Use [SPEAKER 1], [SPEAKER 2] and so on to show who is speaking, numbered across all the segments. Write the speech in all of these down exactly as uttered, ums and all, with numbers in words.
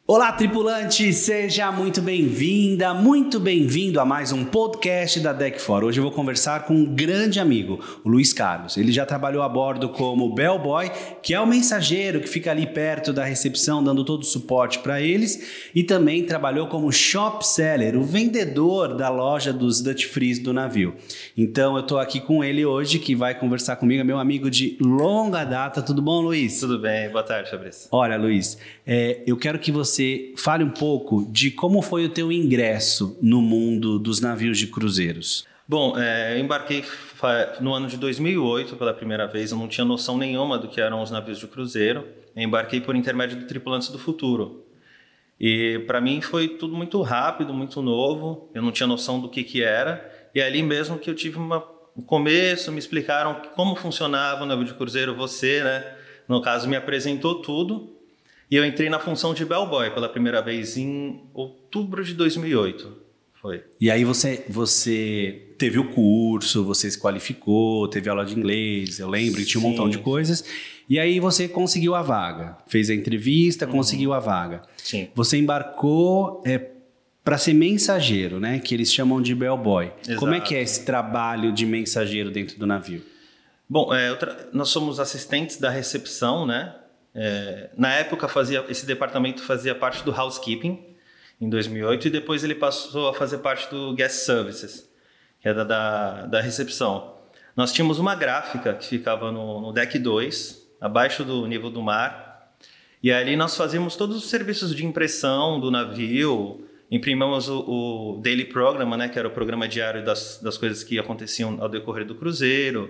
[SPEAKER 1] Olá, tripulante! Seja muito bem-vinda, muito bem-vindo a mais um podcast da Deck For. Hoje eu vou conversar com um grande amigo, o Luiz Carlos. Ele já trabalhou a bordo como bellboy, que é o mensageiro que fica ali perto da recepção, dando todo o suporte para eles, e também trabalhou como shop seller, o vendedor da loja dos Duty Frees do navio. Então eu estou aqui com ele hoje, que vai conversar comigo, é meu amigo de longa data. Tudo bom, Luiz?
[SPEAKER 2] Tudo bem, boa tarde, Fabrício.
[SPEAKER 1] Olha, Luiz, é, eu quero que você Você fale um pouco de como foi o teu ingresso no mundo dos navios de cruzeiros.
[SPEAKER 2] Bom, é, eu embarquei no ano de dois mil e oito pela primeira vez. Eu não tinha noção nenhuma do que eram os navios de cruzeiro. Eu embarquei por intermédio do Tripulantes do Futuro. E para mim foi tudo muito rápido, muito novo. Eu não tinha noção do que, que era. E é ali mesmo que eu tive uma, um começo, me explicaram como funcionava o navio de cruzeiro. Você, né, no caso, me apresentou tudo. E eu entrei na função de bellboy pela primeira vez em outubro de dois mil e oito. Foi.
[SPEAKER 1] E aí você, você teve o curso, você se qualificou, teve aula de inglês, eu lembro, e tinha um montão de coisas. E aí você conseguiu a vaga, fez a entrevista, uhum. conseguiu a vaga.
[SPEAKER 2] Sim.
[SPEAKER 1] Você embarcou é, para ser mensageiro, né? Que eles chamam de bellboy.
[SPEAKER 2] Exato.
[SPEAKER 1] Como é que é esse trabalho de mensageiro dentro do navio?
[SPEAKER 2] Bom, é, outra, nós somos assistentes da recepção, né? É, na época fazia, esse departamento fazia parte do housekeeping em dois mil e oito e depois ele passou a fazer parte do guest services, que era da, da recepção. Nós tínhamos uma gráfica que ficava no, no deck dois, abaixo do nível do mar, e ali nós fazíamos todos os serviços de impressão do navio, imprimimos o, o daily program, né, que era o programa diário das, das coisas que aconteciam ao decorrer do cruzeiro.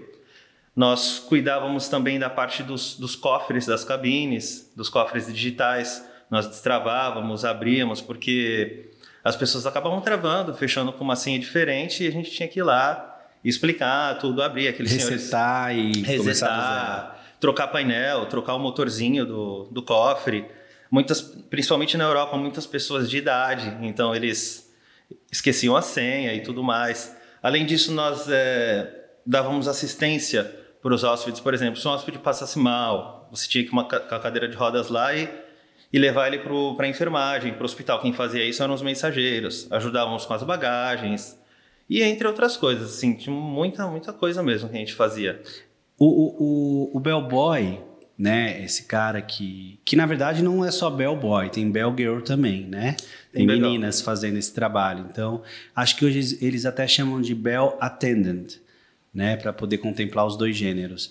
[SPEAKER 2] Nós cuidávamos também da parte dos, dos cofres das cabines, dos cofres digitais. Nós destravávamos, abríamos, porque as pessoas acabavam travando, fechando com uma senha diferente e a gente tinha que ir lá e explicar tudo, abrir aqueles
[SPEAKER 1] Resetar
[SPEAKER 2] senhores,
[SPEAKER 1] e
[SPEAKER 2] resetar, trocar painel, trocar o motorzinho do, do cofre. Muitas, principalmente na Europa, muitas pessoas de idade, então eles esqueciam a senha e tudo mais. Além disso, nós é, dávamos assistência para os hóspedes. Por exemplo, se um hóspede passasse mal, você tinha que ir com a cadeira de rodas lá e, e levar ele para a enfermagem, para o hospital. Quem fazia isso eram os mensageiros, ajudávamos com as bagagens e entre outras coisas. Assim, tinha muita, muita coisa mesmo que a gente fazia.
[SPEAKER 1] O, o, o, o bellboy, né, esse cara que, que na verdade não é só bellboy, tem bellgirl também, né? Tem, tem meninas fazendo esse trabalho. Então, acho que hoje eles até chamam de bell attendant, né, para poder contemplar os dois gêneros.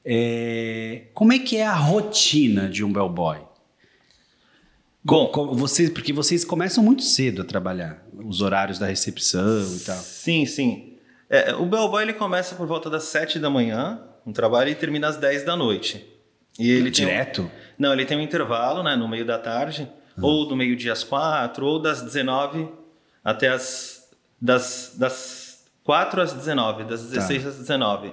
[SPEAKER 1] É, como é que é a rotina de um bellboy?
[SPEAKER 2] Bom,
[SPEAKER 1] como, vocês, porque vocês começam muito cedo a trabalhar, os horários da recepção e tal.
[SPEAKER 2] Sim, sim. É, o bellboy ele começa por volta das sete da manhã, no trabalho, e termina às dez da noite. E ele
[SPEAKER 1] direto?
[SPEAKER 2] Um, não, ele tem um intervalo, né, no meio da tarde, ah. ou do meio-dia às quatro, ou das dezenove até as das, das quatro às dezenove, das dezesseis tá. às dezenove.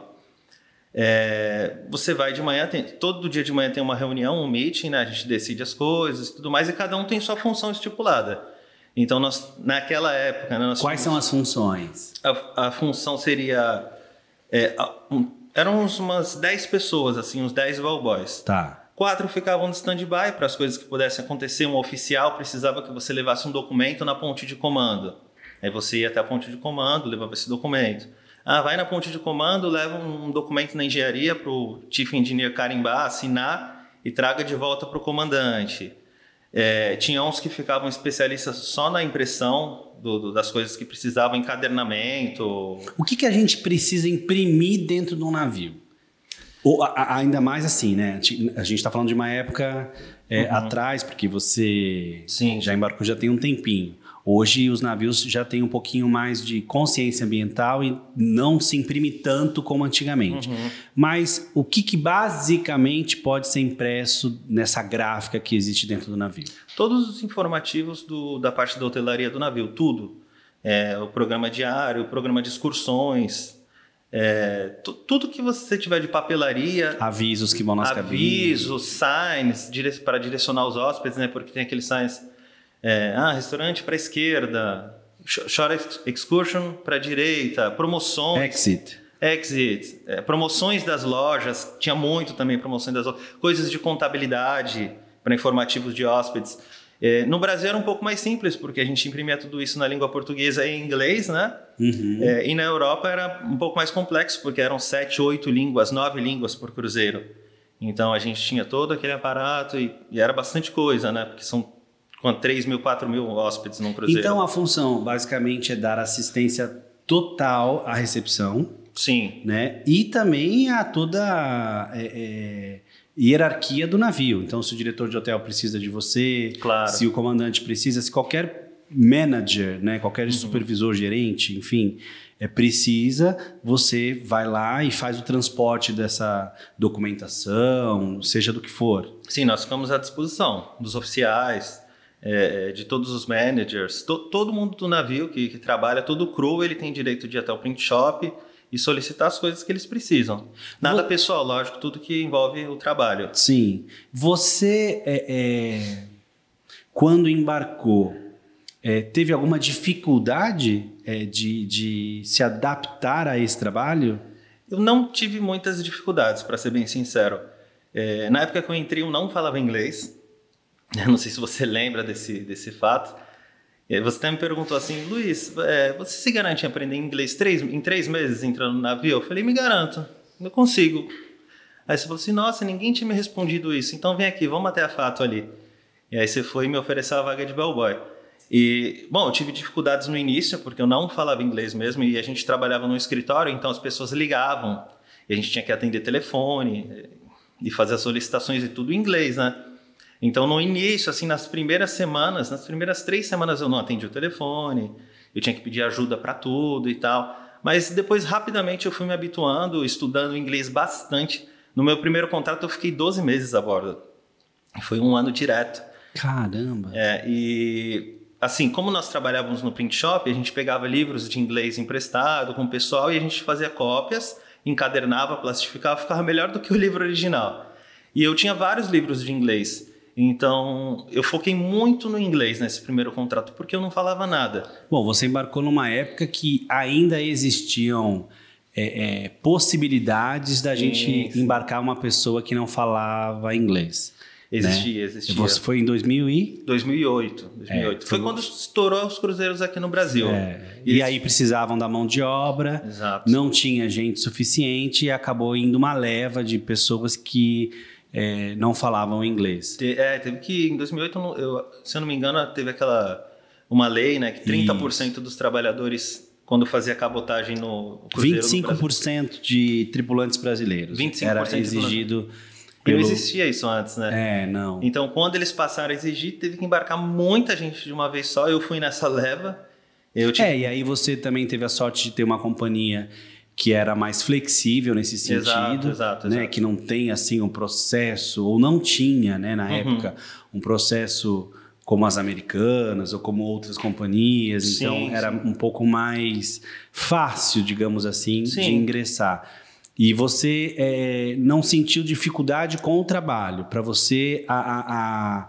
[SPEAKER 2] É, você vai de manhã, tem, todo dia de manhã tem uma reunião, um meeting, né? A gente decide as coisas e tudo mais, e cada um tem sua função estipulada. Então, nós, naquela época... Né, nós
[SPEAKER 1] Quais
[SPEAKER 2] tínhamos,
[SPEAKER 1] são as funções?
[SPEAKER 2] A, a função seria... É, um, eram umas dez pessoas, assim, uns dez bellboys.
[SPEAKER 1] Tá.
[SPEAKER 2] Quatro ficavam no stand-by para as coisas que pudessem acontecer. Um oficial precisava que você levasse um documento na ponte de comando. Aí você ia até a ponte de comando, levava esse documento. Ah, vai na ponte de comando, leva um documento na engenharia para o Chief Engineer carimbar, assinar e traga de volta para o comandante. É, tinha uns que ficavam especialistas só na impressão do, do, das coisas que precisavam, encadernamento.
[SPEAKER 1] O que, que a gente precisa imprimir dentro de um navio? Ou, a, a, ainda mais assim, né? A gente está falando de uma época é, uhum. atrás, porque você Sim. já embarcou, já tem um tempinho. Hoje os navios já têm um pouquinho mais de consciência ambiental e não se imprime tanto como antigamente. Uhum. Mas o que, que basicamente pode ser impresso nessa gráfica que existe dentro do navio?
[SPEAKER 2] Todos os informativos do, da parte da hotelaria do navio, tudo. É, o programa diário, o programa de excursões, é, tu, tudo que você tiver de papelaria.
[SPEAKER 1] Avisos que vão nas cabines.
[SPEAKER 2] Avisos, signs dire, para direcionar os hóspedes, né? Porque tem aqueles signs... É, ah, restaurante para a esquerda, short excursion para a direita, promoções.
[SPEAKER 1] Exit.
[SPEAKER 2] Exit. É, promoções das lojas, tinha muito também promoções das lojas. Coisas de contabilidade para informativos de hóspedes. É, no Brasil era um pouco mais simples, porque a gente imprimia tudo isso na língua portuguesa e em inglês, né?
[SPEAKER 1] Uhum.
[SPEAKER 2] É, e na Europa era um pouco mais complexo, porque eram sete, oito línguas, nove línguas por cruzeiro. Então a gente tinha todo aquele aparato e, e era bastante coisa, né? Porque são com três mil, quatro mil hóspedes num cruzeiro.
[SPEAKER 1] Então a função basicamente é dar assistência total à recepção.
[SPEAKER 2] Sim.
[SPEAKER 1] Né? E também a toda é, é, hierarquia do navio. Então, se o diretor de hotel precisa de você,
[SPEAKER 2] claro.
[SPEAKER 1] se o comandante precisa, se qualquer manager, né, qualquer uhum. supervisor, gerente, enfim, é, precisa, você vai lá e faz o transporte dessa documentação, seja do que for.
[SPEAKER 2] Sim, nós ficamos à disposição dos oficiais, é, de todos os managers, to, todo mundo do navio que, que trabalha, todo o crew, ele tem direito de ir até o print shop e solicitar as coisas que eles precisam. Nada Vou... pessoal, lógico, tudo que envolve o trabalho.
[SPEAKER 1] Sim. Você, é, é, quando embarcou, é, teve alguma dificuldade é, de, de se adaptar a esse trabalho?
[SPEAKER 2] Eu não tive muitas dificuldades, para ser bem sincero. É, na época que eu entrei, eu não falava inglês. Eu não sei se você lembra desse, desse fato. Você até me perguntou assim, Luiz, é, você se garante em aprender inglês três, em três meses entrando no navio? Eu falei, me garanto, eu consigo. Aí você falou assim, nossa, ninguém tinha me respondido isso, então vem aqui, vamos até a Fato ali. E aí você foi e me ofereceu a vaga de bellboy. E, bom, eu tive dificuldades no início, porque eu não falava inglês mesmo, e a gente trabalhava num escritório, então as pessoas ligavam, e a gente tinha que atender telefone, e fazer as solicitações e tudo em inglês, né? Então, no início, assim, nas primeiras semanas, nas primeiras três semanas eu não atendi o telefone, eu tinha que pedir ajuda para tudo e tal. Mas depois, rapidamente, eu fui me habituando, estudando inglês bastante. No meu primeiro contrato, eu fiquei doze meses a bordo. Foi um ano direto.
[SPEAKER 1] Caramba!
[SPEAKER 2] É, e, assim, como nós trabalhávamos no print shop, a gente pegava livros de inglês emprestado com o pessoal e a gente fazia cópias, encadernava, plastificava, ficava melhor do que o livro original. E eu tinha vários livros de inglês. Então, eu foquei muito no inglês nesse primeiro contrato, porque eu não falava nada.
[SPEAKER 1] Bom, você embarcou numa época que ainda existiam é, é, possibilidades da sim, gente sim. embarcar uma pessoa que não falava inglês.
[SPEAKER 2] Existia,
[SPEAKER 1] né?
[SPEAKER 2] existia.
[SPEAKER 1] Você foi em dois mil e...
[SPEAKER 2] dois mil e oito. dois mil e oito. É, foi, foi quando estourou os cruzeiros aqui no Brasil.
[SPEAKER 1] É, e, e aí precisavam da mão de obra,
[SPEAKER 2] exato.
[SPEAKER 1] Não tinha gente suficiente e acabou indo uma leva de pessoas que... É, não falavam inglês.
[SPEAKER 2] É, teve que, em dois mil e oito, eu, se eu não me engano, teve aquela, uma lei, né, que trinta por cento Isso. dos trabalhadores, quando fazia cabotagem no cruzeiro
[SPEAKER 1] vinte e cinco por cento no de tripulantes brasileiros.
[SPEAKER 2] vinte e cinco por cento
[SPEAKER 1] era exigido.
[SPEAKER 2] Pelo... Não existia isso antes, né?
[SPEAKER 1] É, não.
[SPEAKER 2] Então, quando eles passaram a exigir, teve que embarcar muita gente de uma vez só. Eu fui nessa leva. Eu tive...
[SPEAKER 1] É, e aí você também teve a sorte de ter uma companhia que era mais flexível nesse sentido,
[SPEAKER 2] exato, exato,
[SPEAKER 1] né?
[SPEAKER 2] exato.
[SPEAKER 1] Que não tem assim um processo, ou não tinha, né, na uhum. época, um processo como as americanas ou como outras companhias,
[SPEAKER 2] sim,
[SPEAKER 1] então
[SPEAKER 2] sim.
[SPEAKER 1] era um pouco mais fácil, digamos assim,
[SPEAKER 2] sim.
[SPEAKER 1] de ingressar. E você é, não sentiu dificuldade com o trabalho, para você a, a, a,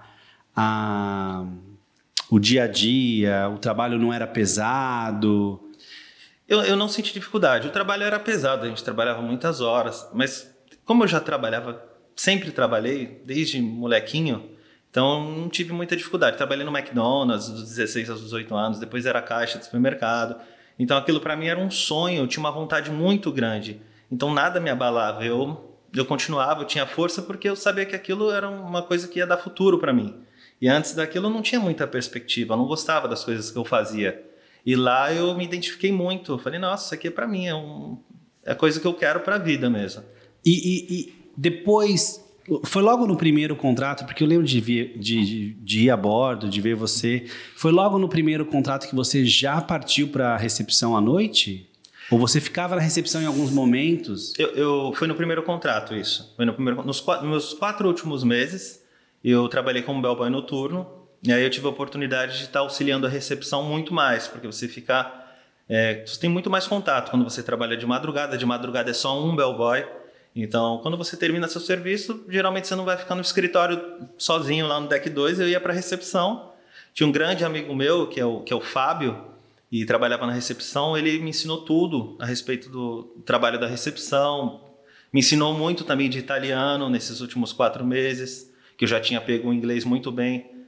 [SPEAKER 1] a, o dia a dia, o trabalho não era pesado?
[SPEAKER 2] Eu, eu não senti dificuldade. O trabalho era pesado, a gente trabalhava muitas horas. Mas como eu já trabalhava, sempre trabalhei, desde molequinho, então não tive muita dificuldade. Trabalhei no McDonald's dos dezesseis aos dezoito anos, depois era caixa de supermercado. Então aquilo para mim era um sonho, eu tinha uma vontade muito grande. Então nada me abalava, eu, eu continuava, eu tinha força porque eu sabia que aquilo era uma coisa que ia dar futuro para mim. E antes daquilo eu não tinha muita perspectiva, eu não gostava das coisas que eu fazia. E lá eu me identifiquei muito. Eu falei, nossa, isso aqui é para mim, é, um, é coisa que eu quero para a vida mesmo.
[SPEAKER 1] E, e, e depois, foi logo no primeiro contrato, porque eu lembro de, vir, de, de, de ir a bordo, de ver você, foi logo no primeiro contrato que você já partiu para a recepção à noite? Ou você ficava na recepção em alguns momentos?
[SPEAKER 2] Eu, eu, foi no primeiro contrato isso. Foi no primeiro, nos, quatro, nos meus quatro últimos meses, eu trabalhei como bellboy noturno. E aí eu tive a oportunidade de estar auxiliando a recepção muito mais, porque você fica... É, você tem muito mais contato quando você trabalha de madrugada. De madrugada é só um bellboy. Então, quando você termina seu serviço, geralmente você não vai ficar no escritório sozinho lá no deck dois. Eu ia para a recepção. Tinha um grande amigo meu, que é, o, que é o Fábio, e trabalhava na recepção. Ele me ensinou tudo a respeito do trabalho da recepção. Me ensinou muito também de italiano nesses últimos quatro meses, que eu já tinha pego o inglês muito bem.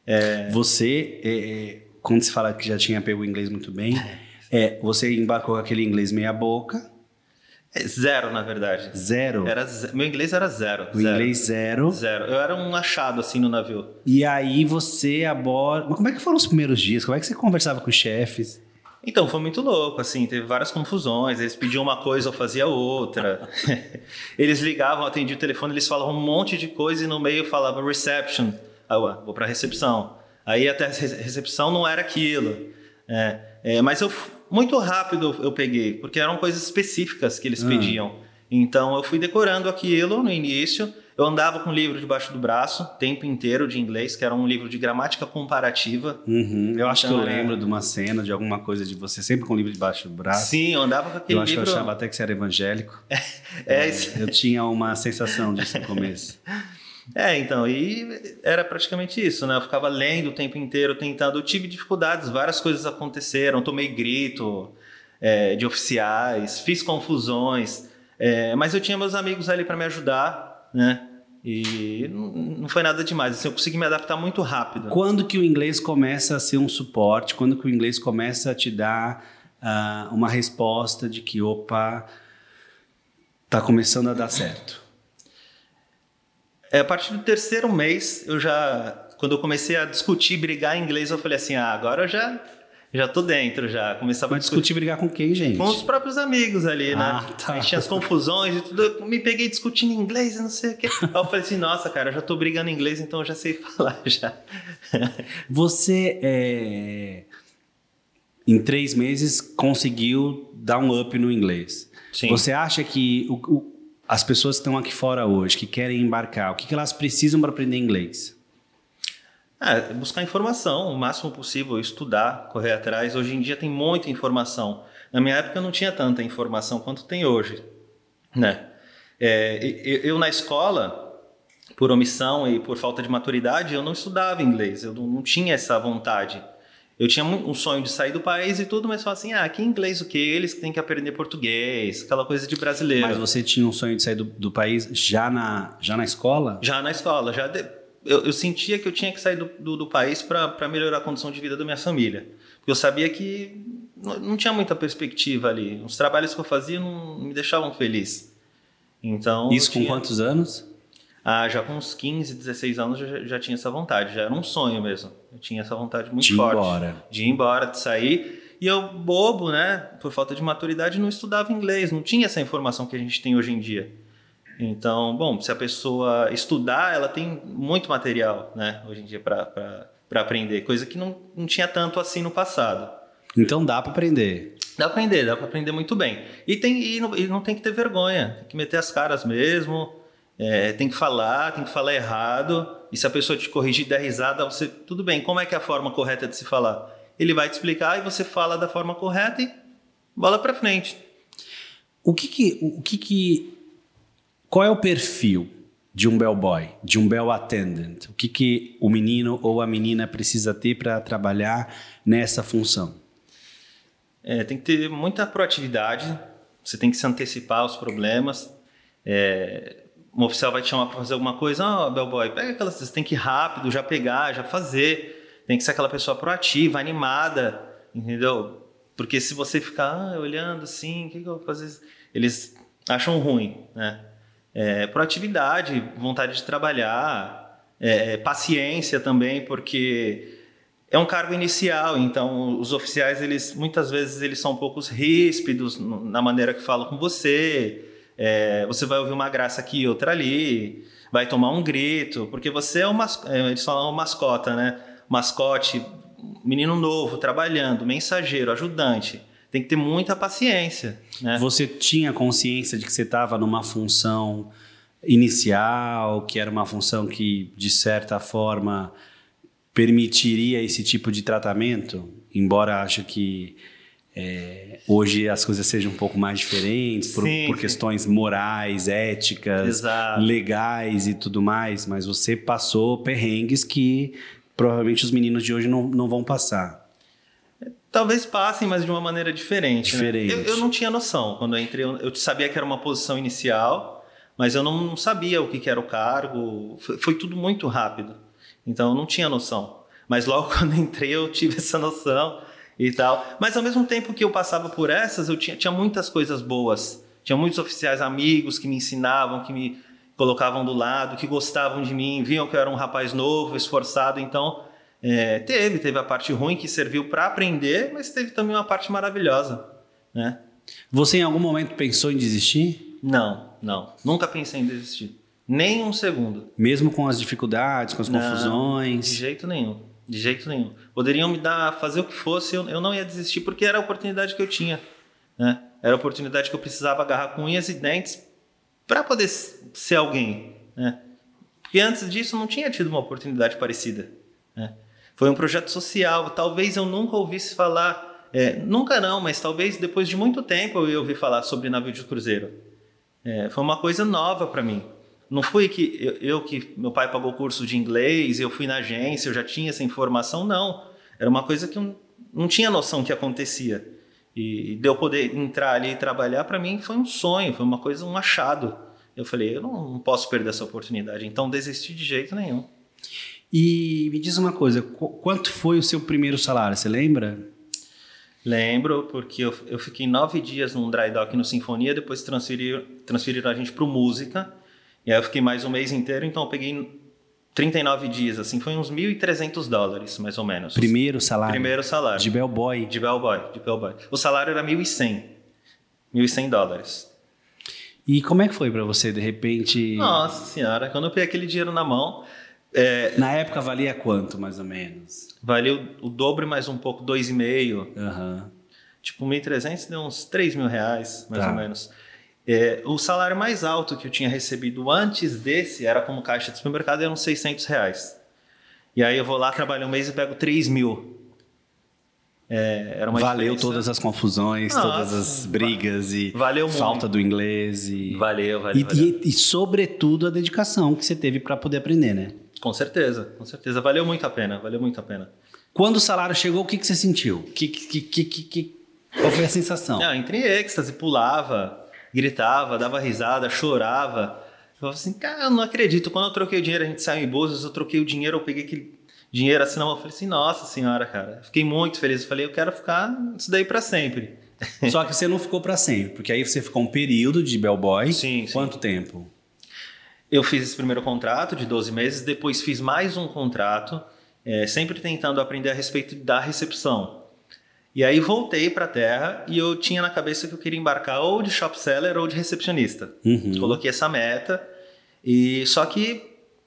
[SPEAKER 1] É... Você, é, é, quando se fala que já tinha pego o inglês muito bem, é, você embarcou com aquele inglês meia boca.
[SPEAKER 2] É, zero, na verdade.
[SPEAKER 1] Zero?
[SPEAKER 2] Era, meu inglês era zero.
[SPEAKER 1] O
[SPEAKER 2] zero.
[SPEAKER 1] inglês zero?
[SPEAKER 2] Zero. Eu era um achado, assim, no navio.
[SPEAKER 1] E aí você aborda... Mas como é que foram os primeiros dias? Como é que você conversava com os chefes?
[SPEAKER 2] Então, foi muito louco, assim, teve várias confusões, eles pediam uma coisa, eu fazia outra. Eles ligavam, atendiam o telefone, eles falavam um monte de coisa e no meio falava reception. Ah, ué, vou para recepção. Aí até a recepção não era aquilo. É, é, mas eu, muito rápido eu peguei, porque eram coisas específicas que eles ah. pediam. Então, eu fui decorando aquilo no início. Eu andava com um livro debaixo do braço, o tempo inteiro de inglês, que era um livro de gramática comparativa.
[SPEAKER 1] Uhum. Eu acho então, que eu lembro é... de uma cena, de alguma coisa de você sempre com o livro debaixo do braço.
[SPEAKER 2] Sim, eu andava com aquele livro...
[SPEAKER 1] Eu acho livro... que eu achava até que você era evangélico.
[SPEAKER 2] É,
[SPEAKER 1] é,
[SPEAKER 2] é,
[SPEAKER 1] eu tinha uma sensação disso no começo.
[SPEAKER 2] É, então, e era praticamente isso, né? Eu ficava lendo o tempo inteiro, tentando. Eu tive dificuldades, várias coisas aconteceram, tomei grito é, de oficiais, fiz confusões, é, mas eu tinha meus amigos ali para me ajudar, né? E não foi nada demais, assim, eu consegui me adaptar muito rápido.
[SPEAKER 1] Quando que o inglês começa a ser um suporte? Quando que o inglês começa a te dar uh, uma resposta de que, opa, tá começando a dar certo?
[SPEAKER 2] É, a partir do terceiro mês, eu já, quando eu comecei a discutir, brigar em inglês, eu falei assim, ah, agora eu já... Já tô dentro, já. Começava
[SPEAKER 1] a discutir. discutir brigar com quem, gente?
[SPEAKER 2] Com os próprios amigos ali, né?
[SPEAKER 1] Ah, tá.
[SPEAKER 2] A gente tinha as confusões e tudo. Eu me peguei discutindo inglês e não sei o quê. Aí eu falei assim, nossa, cara, eu já tô brigando em inglês, então eu já sei falar já.
[SPEAKER 1] Você, é... em três meses, conseguiu dar um up no inglês.
[SPEAKER 2] Sim.
[SPEAKER 1] Você acha que o, o, as pessoas que estão aqui fora hoje, que querem embarcar, o que, que elas precisam para aprender inglês?
[SPEAKER 2] É, buscar informação o máximo possível, estudar, correr atrás. Hoje em dia tem muita informação. Na minha época não tinha tanta informação quanto tem hoje, né? É, eu, eu na escola, por omissão e por falta de maturidade, eu não estudava inglês, eu não, não tinha essa vontade. Eu tinha um sonho de sair do país e tudo, mas falava assim, ah, que inglês o quê? Eles que têm que aprender português, aquela coisa de brasileiro.
[SPEAKER 1] Mas você tinha um sonho de sair do, do país já na, já na escola?
[SPEAKER 2] Já na escola, já... De... Eu, eu sentia que eu tinha que sair do, do, do país para melhorar a condição de vida da minha família. Porque eu sabia que não, não tinha muita perspectiva ali. Os trabalhos que eu fazia não me deixavam feliz. Então,
[SPEAKER 1] isso com
[SPEAKER 2] tinha...
[SPEAKER 1] quantos anos?
[SPEAKER 2] Ah, já com uns quinze, dezesseis anos eu já, já tinha essa vontade. Já era um sonho mesmo. Eu tinha essa vontade muito
[SPEAKER 1] de
[SPEAKER 2] forte.
[SPEAKER 1] De ir embora.
[SPEAKER 2] De ir embora, de sair. E eu, bobo, né? Por falta de maturidade, não estudava inglês. Não tinha essa informação que a gente tem hoje em dia. Então, bom, se a pessoa estudar, ela tem muito material, né, hoje em dia para aprender, coisa que não, não tinha tanto assim no passado.
[SPEAKER 1] Então dá para aprender.
[SPEAKER 2] Dá para aprender, dá para aprender muito bem. E, tem, e, não, e não tem que ter vergonha, tem que meter as caras mesmo, é, tem que falar, tem que falar errado, e se a pessoa te corrigir e der risada, você, tudo bem, como é que é a forma correta de se falar? Ele vai te explicar e você fala da forma correta e bola para frente.
[SPEAKER 1] O que que... O que que... Qual é o perfil de um bellboy, de um bell attendant? O que, que o menino ou a menina precisa ter para trabalhar nessa função?
[SPEAKER 2] É, tem que ter muita proatividade, você tem que se antecipar aos problemas. É, um oficial vai te chamar para fazer alguma coisa, ó, oh, bellboy, pega aquelas, você tem que ir rápido, já pegar, já fazer. Tem que ser aquela pessoa proativa, animada, entendeu? Porque se você ficar ah, olhando assim, o que, que eu vou fazer? Eles acham ruim, né? É, proatividade, vontade de trabalhar, é, paciência também, porque é um cargo inicial, então os oficiais, eles, muitas vezes, eles são um pouco ríspidos na maneira que falam com você, é, você vai ouvir uma graça aqui, outra ali, vai tomar um grito, porque você é uma, eles falam uma mascota, né? Mascote, menino novo, trabalhando, mensageiro, ajudante. Tem que ter muita paciência, né?
[SPEAKER 1] Você tinha consciência de que você estava numa função inicial, que era uma função que, de certa forma, permitiria esse tipo de tratamento? Embora acho que é, hoje as coisas sejam um pouco mais diferentes, por, sim, por questões morais, éticas, exato, legais e tudo mais, mas você passou perrengues que provavelmente os meninos de hoje não, não vão passar.
[SPEAKER 2] Talvez passem, mas de uma maneira diferente.
[SPEAKER 1] Diferente.
[SPEAKER 2] Né? Eu, eu não tinha noção. Quando eu entrei, eu, eu sabia que era uma posição inicial, mas eu não sabia o que, que era o cargo. Foi, foi tudo muito rápido. Então, eu não tinha noção. Mas logo quando entrei eu tive essa noção e tal. Mas ao mesmo tempo que eu passava por essas, eu tinha, tinha muitas coisas boas. Tinha muitos oficiais amigos que me ensinavam, que me colocavam do lado, que gostavam de mim, viam que eu era um rapaz novo, esforçado. Então, é, teve, teve a parte ruim que serviu para aprender, mas teve também uma parte maravilhosa, né?
[SPEAKER 1] Você em algum momento pensou em desistir?
[SPEAKER 2] Não, não. Nunca pensei em desistir. Nem um segundo.
[SPEAKER 1] Mesmo com as dificuldades, com as
[SPEAKER 2] Não,
[SPEAKER 1] confusões?
[SPEAKER 2] De jeito nenhum. De jeito nenhum. Poderiam me dar, fazer o que fosse, eu, eu não ia desistir, porque era a oportunidade que eu tinha, né? Era a oportunidade que eu precisava agarrar com unhas e dentes para poder ser alguém, né? Porque antes disso eu não tinha tido uma oportunidade parecida, né? Foi um projeto social, talvez eu nunca ouvisse falar, é, nunca não, mas talvez depois de muito tempo eu ia ouvir falar sobre navio de cruzeiro. É, foi uma coisa nova para mim. Não fui que eu, eu que meu pai pagou curso de inglês, eu fui na agência, eu já tinha essa informação, não. Era uma coisa que eu não tinha noção que acontecia. E de eu poder entrar ali e trabalhar, para mim foi um sonho, foi uma coisa, um achado. Eu falei, eu não, não posso perder essa oportunidade, então desisti de jeito nenhum.
[SPEAKER 1] E me diz uma coisa, qu- quanto foi o seu primeiro salário, você lembra?
[SPEAKER 2] Lembro, porque eu, eu fiquei nove dias num dry dock no Sinfonia, depois transferiram, transferiram a gente para o Música, e aí eu fiquei mais um mês inteiro, então eu peguei trinta e nove dias, assim, foi uns mil e trezentos dólares, mais ou menos.
[SPEAKER 1] Primeiro salário?
[SPEAKER 2] Primeiro salário.
[SPEAKER 1] De bellboy?
[SPEAKER 2] De bellboy, de bellboy. O salário era mil e cem. mil e cem dólares.
[SPEAKER 1] E como é que foi pra você, de repente...
[SPEAKER 2] Nossa senhora, quando eu peguei aquele dinheiro na mão... É,
[SPEAKER 1] na época valia quanto, mais ou menos?
[SPEAKER 2] Valia o, o dobro mais um pouco, dois e meio.
[SPEAKER 1] Uhum.
[SPEAKER 2] Tipo, mil e trezentos deu uns três mil reais, mais
[SPEAKER 1] tá.
[SPEAKER 2] ou menos. É, o salário mais alto que eu tinha recebido antes desse, era como caixa de supermercado, eram seiscentos reais. E aí eu vou lá, trabalho um mês e pego três mil. É, era uma
[SPEAKER 1] valeu
[SPEAKER 2] diferença.
[SPEAKER 1] Todas as confusões,
[SPEAKER 2] Nossa,
[SPEAKER 1] todas as brigas e
[SPEAKER 2] valeu
[SPEAKER 1] falta
[SPEAKER 2] muito.
[SPEAKER 1] do inglês. E...
[SPEAKER 2] Valeu, valeu.
[SPEAKER 1] E,
[SPEAKER 2] valeu.
[SPEAKER 1] E, e sobretudo a dedicação que você teve para poder aprender, né?
[SPEAKER 2] Com certeza, com certeza. Valeu muito a pena, valeu muito a pena.
[SPEAKER 1] Quando o salário chegou, o que, que você sentiu? Que, que, que, que, que, qual foi a sensação?
[SPEAKER 2] Ah, entrei em êxtase, pulava, gritava, dava risada, chorava. Eu falava assim, cara, eu não acredito. Quando eu troquei o dinheiro, a gente saiu em bolsas, eu troquei o dinheiro, eu peguei aquele dinheiro assim na mão. Eu falei assim, nossa senhora, cara. Fiquei muito feliz. Eu falei, eu quero ficar isso daí para sempre.
[SPEAKER 1] Só que você não ficou para sempre, porque aí você ficou um período de bellboy.
[SPEAKER 2] Sim, sim.
[SPEAKER 1] Quanto tempo?
[SPEAKER 2] Eu fiz esse primeiro contrato de doze meses, depois fiz mais um contrato, é, sempre tentando aprender a respeito da recepção. E aí voltei para a terra e eu tinha na cabeça que eu queria embarcar ou de shop seller ou de recepcionista.
[SPEAKER 1] Uhum.
[SPEAKER 2] Coloquei essa meta, e só que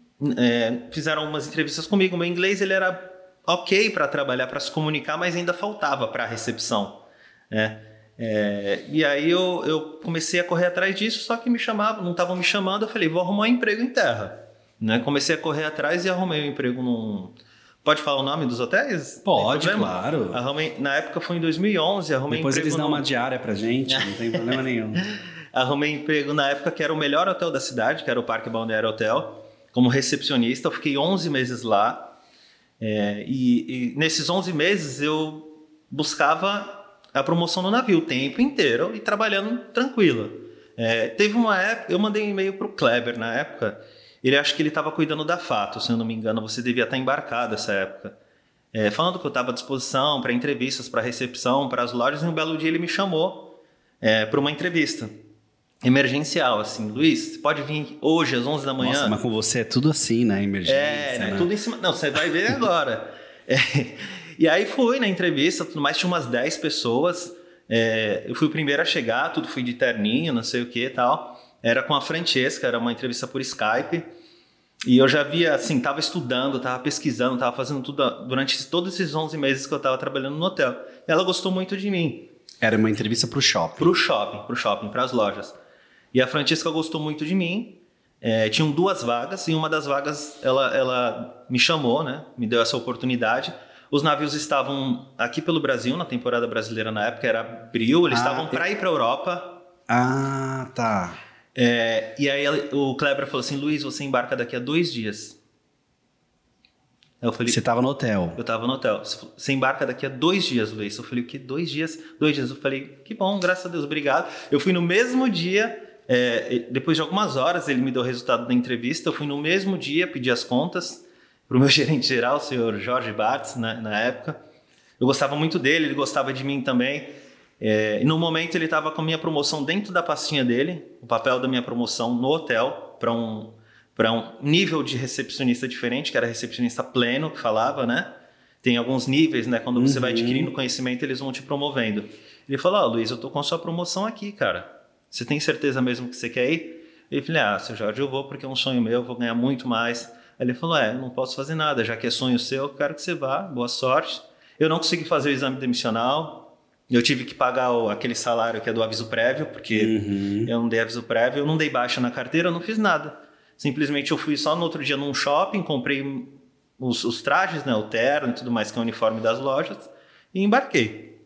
[SPEAKER 2] é, fizeram umas entrevistas comigo. Meu inglês ele era ok para trabalhar, para se comunicar, mas ainda faltava para a recepção, né? É, e aí eu, eu comecei a correr atrás disso, só que me chamavam, não estavam me chamando, eu falei, vou arrumar um emprego em terra, né? Comecei a correr atrás e arrumei um emprego num... Pode falar o nome dos hotéis?
[SPEAKER 1] Pode, claro.
[SPEAKER 2] Arrumei, na época foi em dois mil e onze, arrumei
[SPEAKER 1] Depois
[SPEAKER 2] emprego
[SPEAKER 1] eles dão
[SPEAKER 2] num...
[SPEAKER 1] uma diária pra gente, não tem problema nenhum.
[SPEAKER 2] Arrumei emprego na época que era o melhor hotel da cidade, que era o Parque Balneário Hotel, como recepcionista. Eu fiquei onze meses lá, é, e, e nesses onze meses eu buscava a promoção no navio o tempo inteiro e trabalhando tranquilo. É, teve uma época, eu mandei um e-mail para o Kleber na época, ele acha que ele estava cuidando da Fato, se eu não me engano, você devia estar embarcado nessa época. É, falando que eu estava à disposição para entrevistas, para recepção, para as lojas, e um belo dia ele me chamou é, para uma entrevista emergencial, assim, Luiz, você pode vir hoje às onze da manhã?
[SPEAKER 1] Nossa, mas com você é tudo assim, né? Emergência.
[SPEAKER 2] É, né?
[SPEAKER 1] né?
[SPEAKER 2] Tudo em cima. Não, você vai ver agora. É, e aí fui na entrevista, tudo mais, tinha umas dez pessoas. É, eu fui o primeiro a chegar, tudo fui de terninho, não sei o que e tal. Era com a Francesca, era uma entrevista por Skype. E eu já via, assim, tava estudando, tava pesquisando, tava fazendo tudo durante todos esses onze meses que eu tava trabalhando no hotel. E ela gostou muito de mim.
[SPEAKER 1] Era uma entrevista pro shopping.
[SPEAKER 2] Pro shopping, pro shopping, pras lojas. E a Francesca gostou muito de mim. É, tinham duas vagas, e uma das vagas ela, ela me chamou, né? Me deu essa oportunidade. Os navios estavam aqui pelo Brasil, na temporada brasileira na época, era abril, eles ah, estavam para ir para a Europa.
[SPEAKER 1] Ah, tá.
[SPEAKER 2] É, e aí ela, o Kleber falou assim, Luiz, você embarca daqui a dois dias. Eu falei,
[SPEAKER 1] você estava no hotel?
[SPEAKER 2] Eu estava no hotel. Você embarca daqui a dois dias, Luiz. Eu falei, o quê? Dois dias? Dois dias. Eu falei, que bom, graças a Deus, obrigado. Eu fui no mesmo dia... É, depois de algumas horas ele me deu o resultado da entrevista, eu fui no mesmo dia, pedi as contas, pro meu gerente geral, o senhor Jorge Bartz, na, na época. Eu gostava muito dele, ele gostava de mim também. É, e no momento ele estava com a minha promoção dentro da pastinha dele, o papel da minha promoção no hotel, para um, para um nível de recepcionista diferente, que era recepcionista pleno, que falava, né? Tem alguns níveis, né? Quando você uhum. vai adquirindo conhecimento, eles vão te promovendo. Ele falou, ó, oh, Luiz, eu tô com a sua promoção aqui, cara. Você tem certeza mesmo que você quer ir? Eu falei, ah, seu Jorge, eu vou porque é um sonho meu, eu vou ganhar muito mais. Aí ele falou, é, eu não posso fazer nada, já que é sonho seu, eu quero que você vá, boa sorte. Eu não consegui fazer o exame demissional. Eu tive que pagar o, aquele salário que é do aviso prévio, porque uhum. eu não dei aviso prévio, eu não dei baixa na carteira, eu não fiz nada. Simplesmente eu fui só no outro dia num shopping, comprei os, os trajes, né, o terno e tudo mais, que é o uniforme das lojas, e embarquei.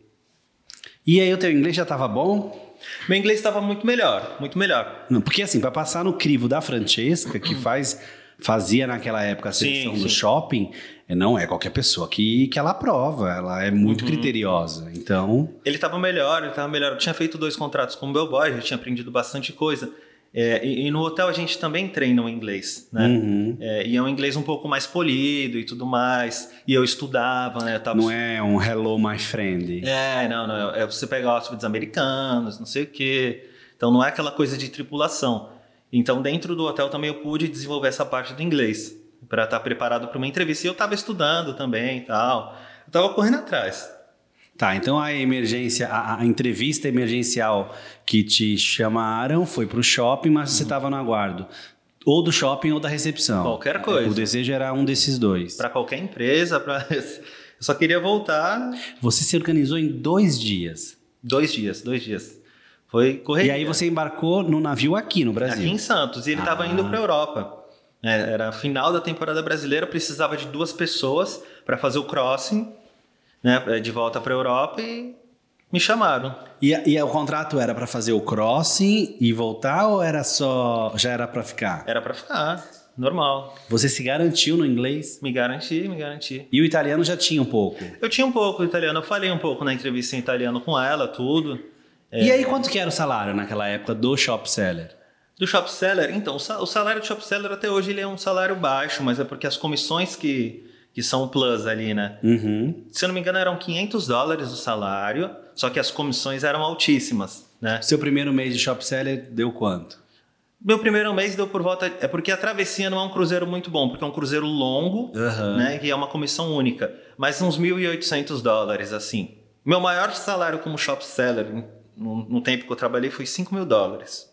[SPEAKER 1] E aí o teu inglês já estava bom?
[SPEAKER 2] Meu inglês estava muito melhor, muito melhor.
[SPEAKER 1] Não, porque assim, para passar no crivo da Francesca, que faz, fazia naquela época a seleção sim, do sim. shopping... Não é qualquer pessoa que, que ela aprova, ela é muito uhum. criteriosa, então...
[SPEAKER 2] Ele estava melhor, ele estava melhor. Eu tinha feito dois contratos com o Bellboy, já tinha aprendido bastante coisa. É, e, e no hotel a gente também treina o inglês, né? Uhum. É, e é um inglês um pouco mais polido e tudo mais. E eu estudava, né? Eu tava...
[SPEAKER 1] Não é um hello my friend.
[SPEAKER 2] É, não, não. É você pegar hóspedes americanos, não sei o quê. Então não é aquela coisa de tripulação. Então dentro do hotel também eu pude desenvolver essa parte do inglês, para estar preparado para uma entrevista. E eu estava estudando também e tal. Eu estava correndo atrás.
[SPEAKER 1] Tá, então a emergência, a, a entrevista emergencial que te chamaram foi para o shopping, mas uhum. você estava no aguardo. Ou do shopping ou da recepção.
[SPEAKER 2] Qualquer coisa.
[SPEAKER 1] O desejo era um desses dois.
[SPEAKER 2] Para qualquer empresa. Pra... Eu só queria voltar.
[SPEAKER 1] Você se organizou em dois dias.
[SPEAKER 2] Dois dias, dois dias. Foi correria.
[SPEAKER 1] E aí você embarcou no navio aqui no Brasil?
[SPEAKER 2] Aqui em Santos. E ele estava ah. indo para a Europa. Era final da temporada brasileira, precisava de duas pessoas para fazer o crossing, né, de volta para a Europa, e me chamaram.
[SPEAKER 1] E, e o contrato era para fazer o crossing e voltar, ou era só já era para ficar?
[SPEAKER 2] Era para ficar, normal.
[SPEAKER 1] Você se garantiu no inglês?
[SPEAKER 2] Me garanti, me garanti.
[SPEAKER 1] E o italiano já tinha um pouco?
[SPEAKER 2] Eu tinha um pouco o italiano, eu falei um pouco na entrevista em italiano com ela, tudo.
[SPEAKER 1] E é... aí quanto que era o salário naquela época do shop seller?
[SPEAKER 2] Do shop seller, então, o salário do shop seller até hoje ele é um salário baixo, mas é porque as comissões que, que são o plus ali, né?
[SPEAKER 1] Uhum.
[SPEAKER 2] Se eu não me engano, eram quinhentos dólares o salário, só que as comissões eram altíssimas, né?
[SPEAKER 1] Seu primeiro mês de shop seller deu quanto?
[SPEAKER 2] Meu primeiro mês deu por volta... É porque a travessia não é um cruzeiro muito bom, porque é um cruzeiro longo, uhum. né? E é uma comissão única. Mas uns mil e oitocentos dólares, assim. Meu maior salário como shop seller, no, no tempo que eu trabalhei, foi cinco mil dólares.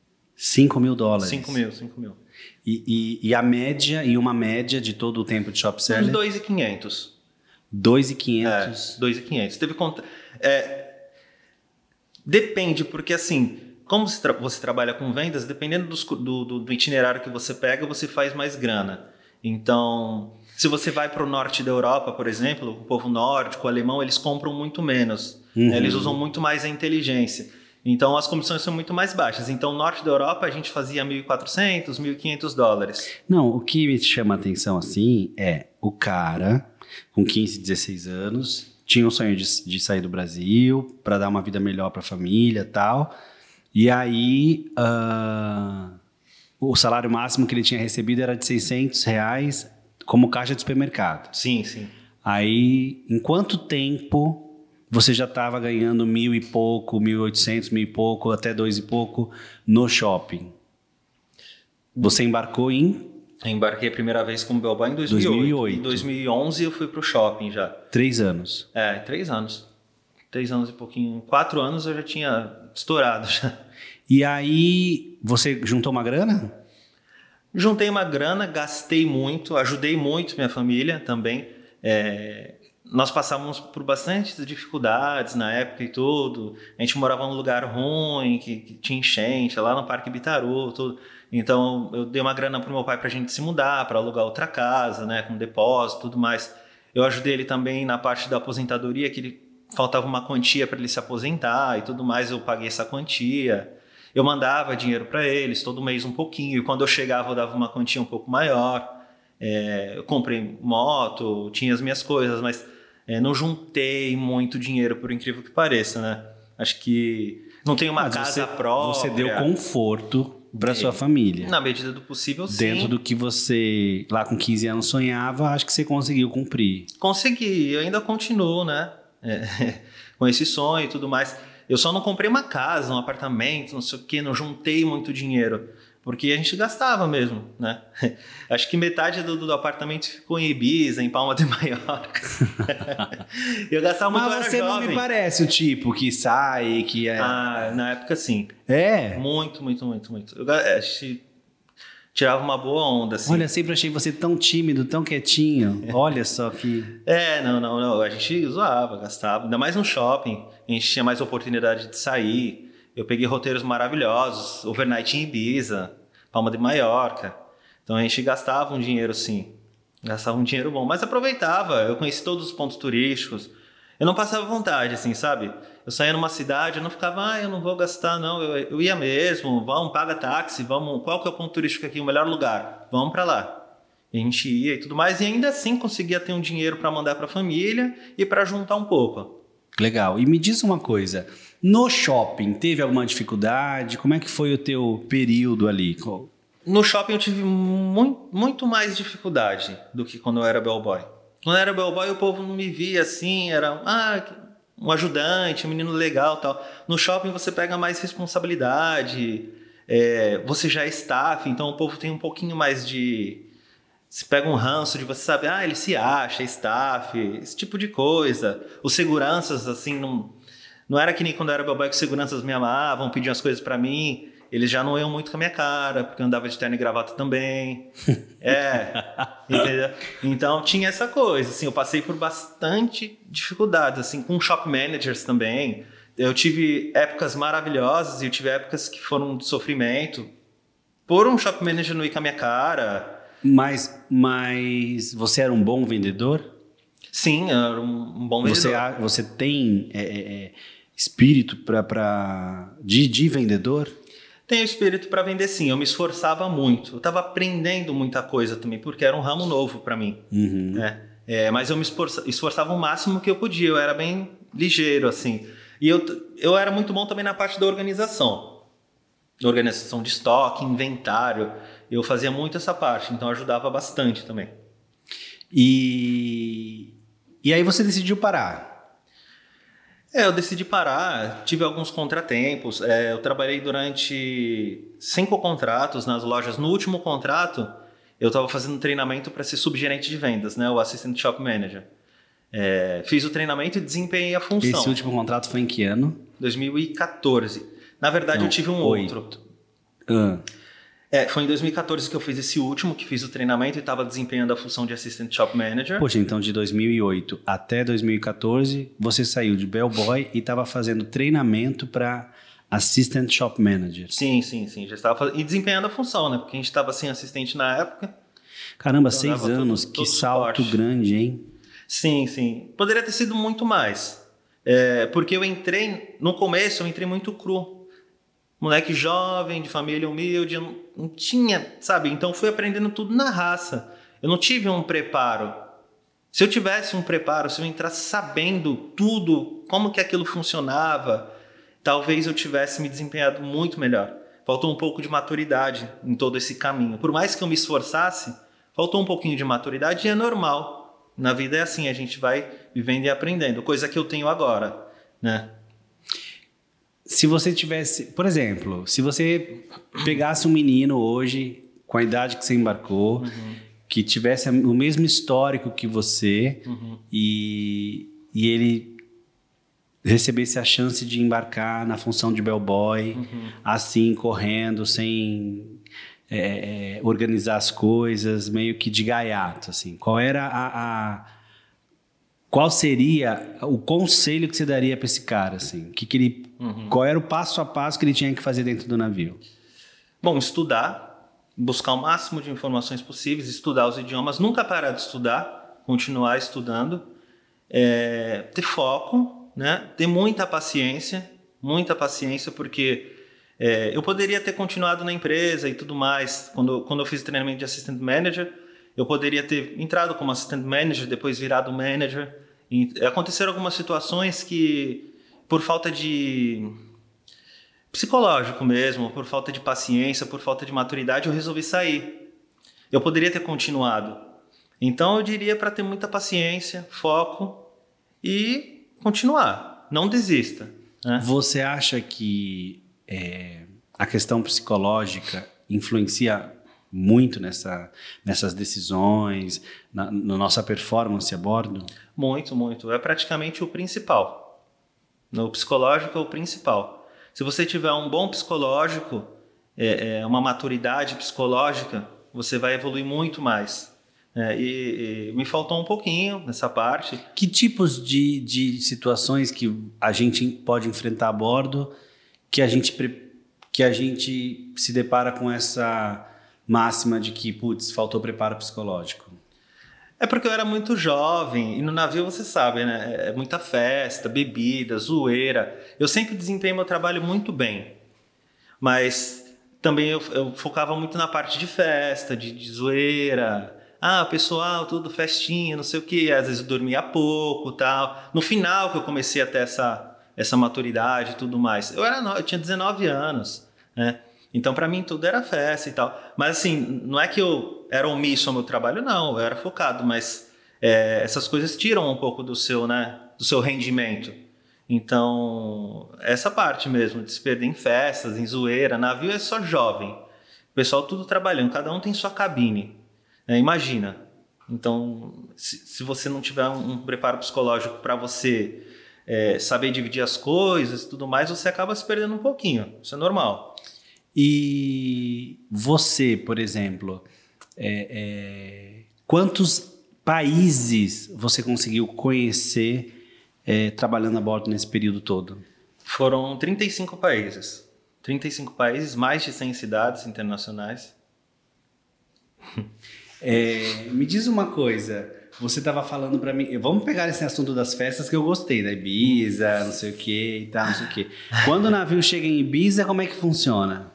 [SPEAKER 1] cinco mil dólares?
[SPEAKER 2] cinco mil, cinco mil.
[SPEAKER 1] E, e, e a média, e uma média de todo o tempo de shop seller?
[SPEAKER 2] Uns dois mil e quinhentos.
[SPEAKER 1] dois mil e quinhentos?
[SPEAKER 2] É, dois mil e quinhentos. Teve conta... É, depende, porque assim, como você, tra você trabalha com vendas, dependendo dos, do, do, do itinerário que você pega, você faz mais grana. Então, se você vai para o norte da Europa, por exemplo, o povo nórdico, o alemão, eles compram muito menos. Uhum. Né? Eles usam muito mais a inteligência. Então, as comissões são muito mais baixas. Então, no norte da Europa, a gente fazia mil e quatrocentos, mil e quinhentos dólares.
[SPEAKER 1] Não, o que me chama a atenção, assim, é o cara com quinze, dezesseis anos, tinha um sonho de, de sair do Brasil para dar uma vida melhor para a família e tal. E aí, uh, o salário máximo que ele tinha recebido era de seiscentos reais como caixa de supermercado.
[SPEAKER 2] Sim, sim.
[SPEAKER 1] Aí, em quanto tempo... Você já estava ganhando mil e pouco, mil e oitocentos, mil e pouco, até dois e pouco no shopping. Você embarcou em?
[SPEAKER 2] Eu embarquei a primeira vez como Bellboy em dois mil e oito. dois mil e oito. Em dois mil e onze eu fui para o shopping já.
[SPEAKER 1] Três anos.
[SPEAKER 2] É, três anos. Três anos e pouquinho. Quatro anos eu já tinha estourado já.
[SPEAKER 1] E aí, você juntou uma grana?
[SPEAKER 2] Juntei uma grana, gastei muito, ajudei muito minha família também. É... Nós passávamos por bastantes dificuldades na época e tudo. A gente morava num lugar ruim, que, que tinha enchente, lá no Parque Bitaru, tudo. Então, eu dei uma grana pro meu pai pra gente se mudar, para alugar outra casa, né, com depósito e tudo mais. Eu ajudei ele também na parte da aposentadoria, que ele faltava uma quantia para ele se aposentar e tudo mais, eu paguei essa quantia. Eu mandava dinheiro para eles, todo mês um pouquinho, e quando eu chegava eu dava uma quantia um pouco maior. É, eu comprei moto, tinha as minhas coisas, mas... É, não juntei muito dinheiro, por incrível que pareça, né? Acho que não tenho uma
[SPEAKER 1] Mas
[SPEAKER 2] casa
[SPEAKER 1] você,
[SPEAKER 2] própria.
[SPEAKER 1] Você deu conforto para sua família.
[SPEAKER 2] Na medida do possível, sim.
[SPEAKER 1] Dentro do que você, lá com quinze anos, sonhava, acho que você conseguiu cumprir.
[SPEAKER 2] Consegui, eu ainda continuo, né? É, com esse sonho e tudo mais. Eu só não comprei uma casa, um apartamento, não sei o quê, não juntei muito dinheiro. Porque a gente gastava mesmo, né? Acho que metade do, do apartamento ficou em Ibiza, em Palma de Mallorca. Eu gastava muito,
[SPEAKER 1] Mas
[SPEAKER 2] eu era
[SPEAKER 1] você
[SPEAKER 2] jovem.
[SPEAKER 1] não me parece o tipo que sai, que é...
[SPEAKER 2] Ah, na época sim.
[SPEAKER 1] É?
[SPEAKER 2] Muito, muito, muito, muito. Eu acho que tirava uma boa onda, assim.
[SPEAKER 1] Olha, sempre achei você tão tímido, tão quietinho. Olha só que...
[SPEAKER 2] É, não, não, não. A gente zoava, gastava. Ainda mais no shopping. A gente tinha mais oportunidade de sair. Eu peguei roteiros maravilhosos. Overnight em Ibiza, Palma de Mallorca. Então a gente gastava um dinheiro, sim. Gastava um dinheiro bom. Mas aproveitava. Eu conheci todos os pontos turísticos. Eu não passava vontade, assim, sabe? Eu saía numa cidade, eu não ficava, ah, eu não vou gastar, não. Eu, eu ia mesmo, vamos, paga táxi, vamos. Qual que é o ponto turístico aqui, o melhor lugar? Vamos pra lá. E a gente ia e tudo mais. E ainda assim conseguia ter um dinheiro para mandar pra família e para juntar um pouco.
[SPEAKER 1] Legal. E me diz uma coisa. No shopping, teve alguma dificuldade? Como é que foi o teu período ali?
[SPEAKER 2] No shopping eu tive muito, muito mais dificuldade do que quando eu era bellboy. Quando eu era bellboy, o povo não me via assim, era ah, um ajudante, um menino legal e tal. No shopping você pega mais responsabilidade, é, você já é staff, então o povo tem um pouquinho mais de... Você pega um ranço de você saber, ah, ele se acha, é staff, esse tipo de coisa. Os seguranças, assim, não, não era que nem quando eu era bellboy que os seguranças me amavam, pediam as coisas pra mim. Eles já não iam muito com a minha cara, porque eu andava de terno e gravata também. É, entendeu? Então tinha essa coisa, assim, eu passei por bastante dificuldades, assim, com shop managers também. Eu tive épocas maravilhosas e eu tive épocas que foram de sofrimento. Por um shop manager não ir com a minha cara.
[SPEAKER 1] Mas, mas você era um bom vendedor?
[SPEAKER 2] Sim, eu era um, um bom vendedor.
[SPEAKER 1] Você, você tem é, é, espírito pra, pra, de, de vendedor?
[SPEAKER 2] Tenho espírito para vender, sim. Eu me esforçava muito. Eu estava aprendendo muita coisa também, porque era um ramo novo para mim.
[SPEAKER 1] Uhum.
[SPEAKER 2] Né? É, mas eu me esforça, esforçava o máximo que eu podia. Eu era bem ligeiro, assim. E eu, eu era muito bom também na parte da organização. Organização de estoque, inventário. Eu fazia muito essa parte, então ajudava bastante também.
[SPEAKER 1] E, e aí você decidiu parar?
[SPEAKER 2] É, eu decidi parar, tive alguns contratempos. É, eu trabalhei durante cinco contratos nas lojas. No último contrato, eu estava fazendo treinamento para ser subgerente de vendas, né? O Assistant Shop Manager. É, fiz o treinamento e desempenhei a função.
[SPEAKER 1] Esse último contrato foi em que ano?
[SPEAKER 2] dois mil e quatorze. Na verdade, Não, eu tive um oito. outro.
[SPEAKER 1] Ah.
[SPEAKER 2] É, foi em dois mil e quatorze que eu fiz esse último, que fiz o treinamento e estava desempenhando a função de Assistant Shop Manager.
[SPEAKER 1] Poxa, então de dois mil e oito até dois mil e quatorze, você saiu de bellboy e estava fazendo treinamento para Assistant Shop Manager.
[SPEAKER 2] Sim, sim, sim. Já estava faz... E desempenhando a função, né? Porque a gente estava sem assistente na época.
[SPEAKER 1] Caramba, seis anos, todo, todo que salto suporte. Grande, hein?
[SPEAKER 2] Sim, sim. Poderia ter sido muito mais. É, porque eu entrei, no começo eu entrei muito cru. Moleque jovem, de família humilde, eu não, não tinha, sabe? Então fui aprendendo tudo na raça. Eu não tive um preparo. Se eu tivesse um preparo, se eu entrasse sabendo tudo, como que aquilo funcionava, talvez eu tivesse me desempenhado muito melhor. Faltou um pouco de maturidade em todo esse caminho. Por mais que eu me esforçasse, faltou um pouquinho de maturidade e é normal. Na vida é assim, a gente vai vivendo e aprendendo. Coisa que eu tenho agora, né?
[SPEAKER 1] Se você tivesse, por exemplo, se você pegasse um menino hoje, com a idade que você embarcou, uhum. que tivesse o mesmo histórico que você, uhum. e, e ele recebesse a chance de embarcar na função de bellboy, uhum. assim, correndo, sem é, é, organizar as coisas, meio que de gaiato, assim. Qual era a... a Qual seria o conselho que você daria para esse cara, assim? Que que ele, uhum. Qual era o passo a passo que ele tinha que fazer dentro do navio?
[SPEAKER 2] Bom, estudar, buscar o máximo de informações possíveis, estudar os idiomas, nunca parar de estudar, continuar estudando, é, ter foco, né? Ter muita paciência, muita paciência, porque é, eu poderia ter continuado na empresa e tudo mais. Quando, quando eu fiz treinamento de Assistant Manager, eu poderia ter entrado como assistant manager, depois virado manager. E aconteceram algumas situações que, por falta de, psicológico mesmo, por falta de paciência, por falta de maturidade, eu resolvi sair. Eu poderia ter continuado. Então eu diria para ter muita paciência, foco e continuar. Não desista. Né?
[SPEAKER 1] Você acha que é, a questão psicológica influencia muito nessa, nessas decisões, na, na nossa performance a bordo?
[SPEAKER 2] Muito, muito. É praticamente o principal. No psicológico é o principal. Se você tiver um bom psicológico, é, é, uma maturidade psicológica, você vai evoluir muito mais. É, e, e me faltou um pouquinho nessa parte.
[SPEAKER 1] Que tipos de, de situações que a gente pode enfrentar a bordo que a gente, que a gente se depara com essa máxima de que, putz, faltou preparo psicológico?
[SPEAKER 2] É porque eu era muito jovem e no navio você sabe, né? É muita festa, bebida, zoeira. Eu sempre desempenhei meu trabalho muito bem, mas também eu, eu focava muito na parte de festa, de, de zoeira. Ah, pessoal, tudo festinha, não sei o quê. Às vezes eu dormia pouco, tal. No final que eu comecei a ter essa, essa maturidade e tudo mais. Eu, era no, eu tinha dezenove anos, né? Então, para mim, tudo era festa e tal. Mas, assim, não é que eu era omisso ao meu trabalho, não. Eu era focado, mas é, essas coisas tiram um pouco do seu, né, do seu rendimento. Então, essa parte mesmo, de se perder em festas, em zoeira. Navio é só jovem. O pessoal tudo trabalhando, cada um tem sua cabine. É, imagina. Então, se, se você não tiver um, um preparo psicológico para você é, saber dividir as coisas e tudo mais, você acaba se perdendo um pouquinho. Isso é normal.
[SPEAKER 1] E você, por exemplo, é, é, quantos países você conseguiu conhecer é, trabalhando a bordo nesse período todo?
[SPEAKER 2] Foram trinta e cinco países. trinta e cinco países, mais de cem cidades internacionais.
[SPEAKER 1] É, me diz uma coisa, você estava falando para mim, vamos pegar esse assunto das festas que eu gostei, da Ibiza, não sei o que e tal, não sei o que. Quando o navio chega em Ibiza, como é que funciona?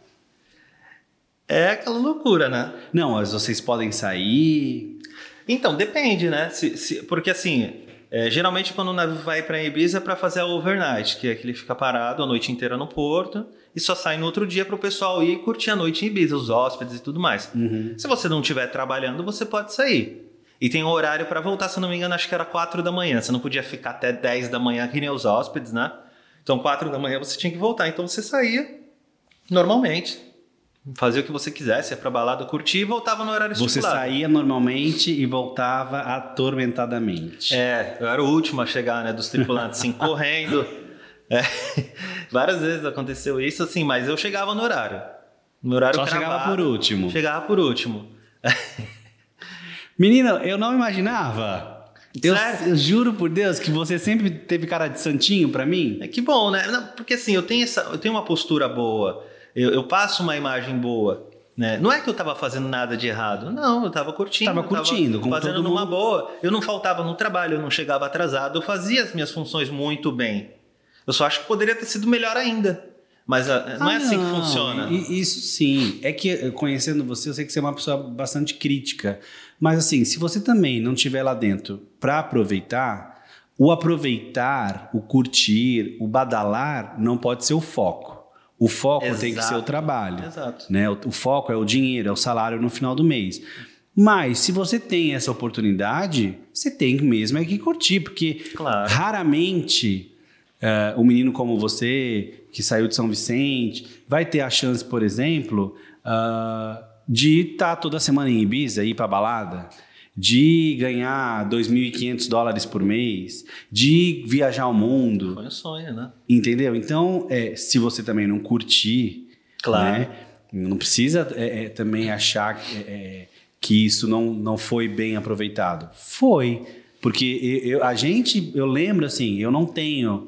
[SPEAKER 2] É aquela loucura, né?
[SPEAKER 1] Não, mas vocês podem sair...
[SPEAKER 2] Então, depende, né? Se, se, porque assim, é, geralmente quando o navio vai para Ibiza é para fazer a overnight, que é que ele fica parado a noite inteira no porto e só sai no outro dia para o pessoal ir curtir a noite em Ibiza, os hóspedes e tudo mais. Uhum. Se você não estiver trabalhando, você pode sair. E tem um horário para voltar, se não me engano, acho que era quatro da manhã. Você não podia ficar até dez da manhã, que nem os hóspedes, né? Então, quatro da manhã você tinha que voltar. Então, você saía normalmente. Fazia o que você quisesse, ia pra balada, curtir e voltava no horário estipulado.
[SPEAKER 1] Você saía normalmente e voltava atormentadamente.
[SPEAKER 2] É, eu era o último a chegar, né, dos tripulantes, assim, correndo. É, várias vezes aconteceu isso, assim, mas eu chegava no horário. No horário
[SPEAKER 1] Só
[SPEAKER 2] cravado,
[SPEAKER 1] chegava por último.
[SPEAKER 2] Chegava por último.
[SPEAKER 1] Menina, eu não imaginava. Eu, eu juro por Deus que você sempre teve cara de santinho pra mim.
[SPEAKER 2] É que bom, né? Não, porque assim, eu tenho, essa, eu tenho uma postura boa. Eu, eu passo uma imagem boa, né? Não é que eu estava fazendo nada de errado. Não, eu estava curtindo.
[SPEAKER 1] Estava curtindo,
[SPEAKER 2] como fazendo
[SPEAKER 1] todo
[SPEAKER 2] numa
[SPEAKER 1] mundo.
[SPEAKER 2] boa. Eu não faltava no trabalho, eu não chegava atrasado. Eu fazia as minhas funções muito bem. Eu só acho que poderia ter sido melhor ainda. Mas a, não ah, é assim não. que funciona.
[SPEAKER 1] Isso sim. É que, conhecendo você, eu sei que você é uma pessoa bastante crítica. Mas assim, se você também não estiver lá dentro para aproveitar, o aproveitar, o curtir, o badalar não pode ser o foco. O foco Exato. Tem que ser o trabalho.
[SPEAKER 2] Exato.
[SPEAKER 1] Né? O, o foco é o dinheiro, é o salário no final do mês. Mas se você tem essa oportunidade, você tem mesmo é que curtir, porque
[SPEAKER 2] claro.
[SPEAKER 1] raramente uh, um menino como você, que saiu de São Vicente, vai ter a chance, por exemplo, uh, de estar toda semana em Ibiza, ir para balada, de ganhar dois mil e quinhentos dólares por mês, de viajar o mundo.
[SPEAKER 2] Foi um sonho, né?
[SPEAKER 1] Entendeu? Então, é, se você também não curtir,
[SPEAKER 2] claro.
[SPEAKER 1] Né, não precisa é, é, também achar é, é, que isso não, não foi bem aproveitado. Foi. Porque eu, eu, a gente, eu lembro assim, eu não tenho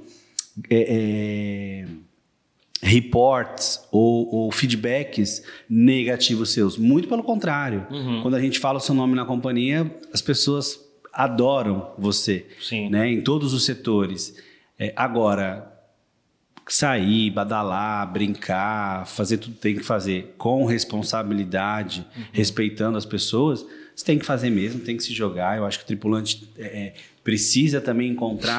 [SPEAKER 1] é, é, reports ou, ou feedbacks negativos seus. Muito pelo contrário. Uhum. Quando a gente fala o seu nome na companhia, as pessoas adoram você.
[SPEAKER 2] Sim.
[SPEAKER 1] Né, em todos os setores. É, agora, sair, badalar, brincar, fazer tudo que tem que fazer com responsabilidade, uhum. respeitando as pessoas, você tem que fazer mesmo, tem que se jogar. Eu acho que o tripulante é, precisa também encontrar